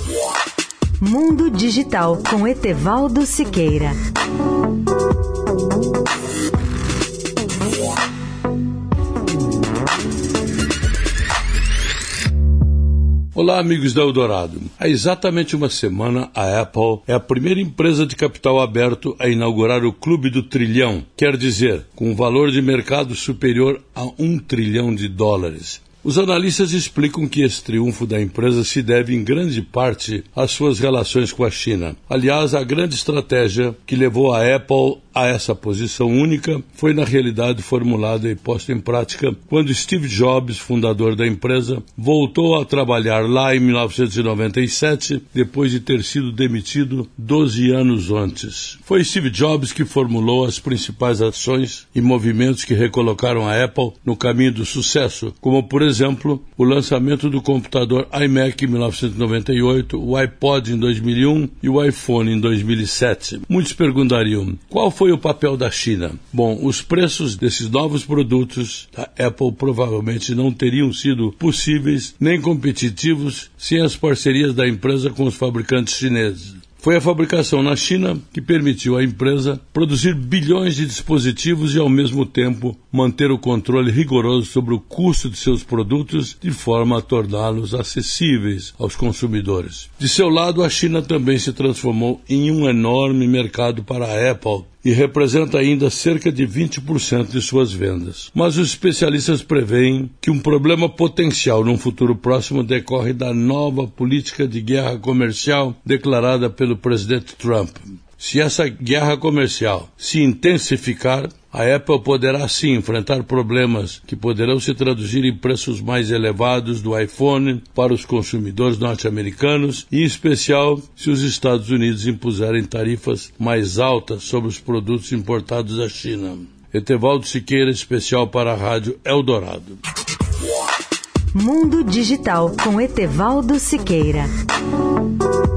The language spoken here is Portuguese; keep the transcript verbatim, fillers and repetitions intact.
Mundo Digital com Etevaldo Siqueira. Olá, amigos da Eldorado. Há exatamente uma semana, a Apple é a primeira empresa de capital aberto a inaugurar o Clube do Trilhão, quer dizer, com um valor de mercado superior a um trilhão de dólares. Os analistas explicam que esse triunfo da empresa se deve em grande parte às suas relações com a China. Aliás, a grande estratégia que levou a Apple a essa posição única foi na realidade formulada e posta em prática quando Steve Jobs, fundador da empresa, voltou a trabalhar lá em mil novecentos e noventa e sete, depois de ter sido demitido doze anos antes. Foi Steve Jobs que formulou as principais ações e movimentos que recolocaram a Apple no caminho do sucesso, como, por exemplo, o lançamento do computador iMac em mil novecentos e noventa e oito, o iPod em dois mil e um e o iPhone em dois mil e sete. Muitos perguntariam, qual foi o papel da China? Bom, os preços desses novos produtos da Apple provavelmente não teriam sido possíveis nem competitivos sem as parcerias da empresa com os fabricantes chineses. Foi a fabricação na China que permitiu à empresa produzir bilhões de dispositivos e, ao mesmo tempo, manter o controle rigoroso sobre o custo de seus produtos de forma a torná-los acessíveis aos consumidores. De seu lado, a China também se transformou em um enorme mercado para a Apple e representa ainda cerca de vinte por cento de suas vendas. Mas os especialistas preveem que um problema potencial num futuro próximo decorre da nova política de guerra comercial declarada pelo presidente Trump. Se essa guerra comercial se intensificar, a Apple poderá sim enfrentar problemas que poderão se traduzir em preços mais elevados do iPhone para os consumidores norte-americanos, e em especial se os Estados Unidos impuserem tarifas mais altas sobre os produtos importados da China. Etevaldo Siqueira, especial para a Rádio Eldorado. Mundo Digital com Etevaldo Siqueira.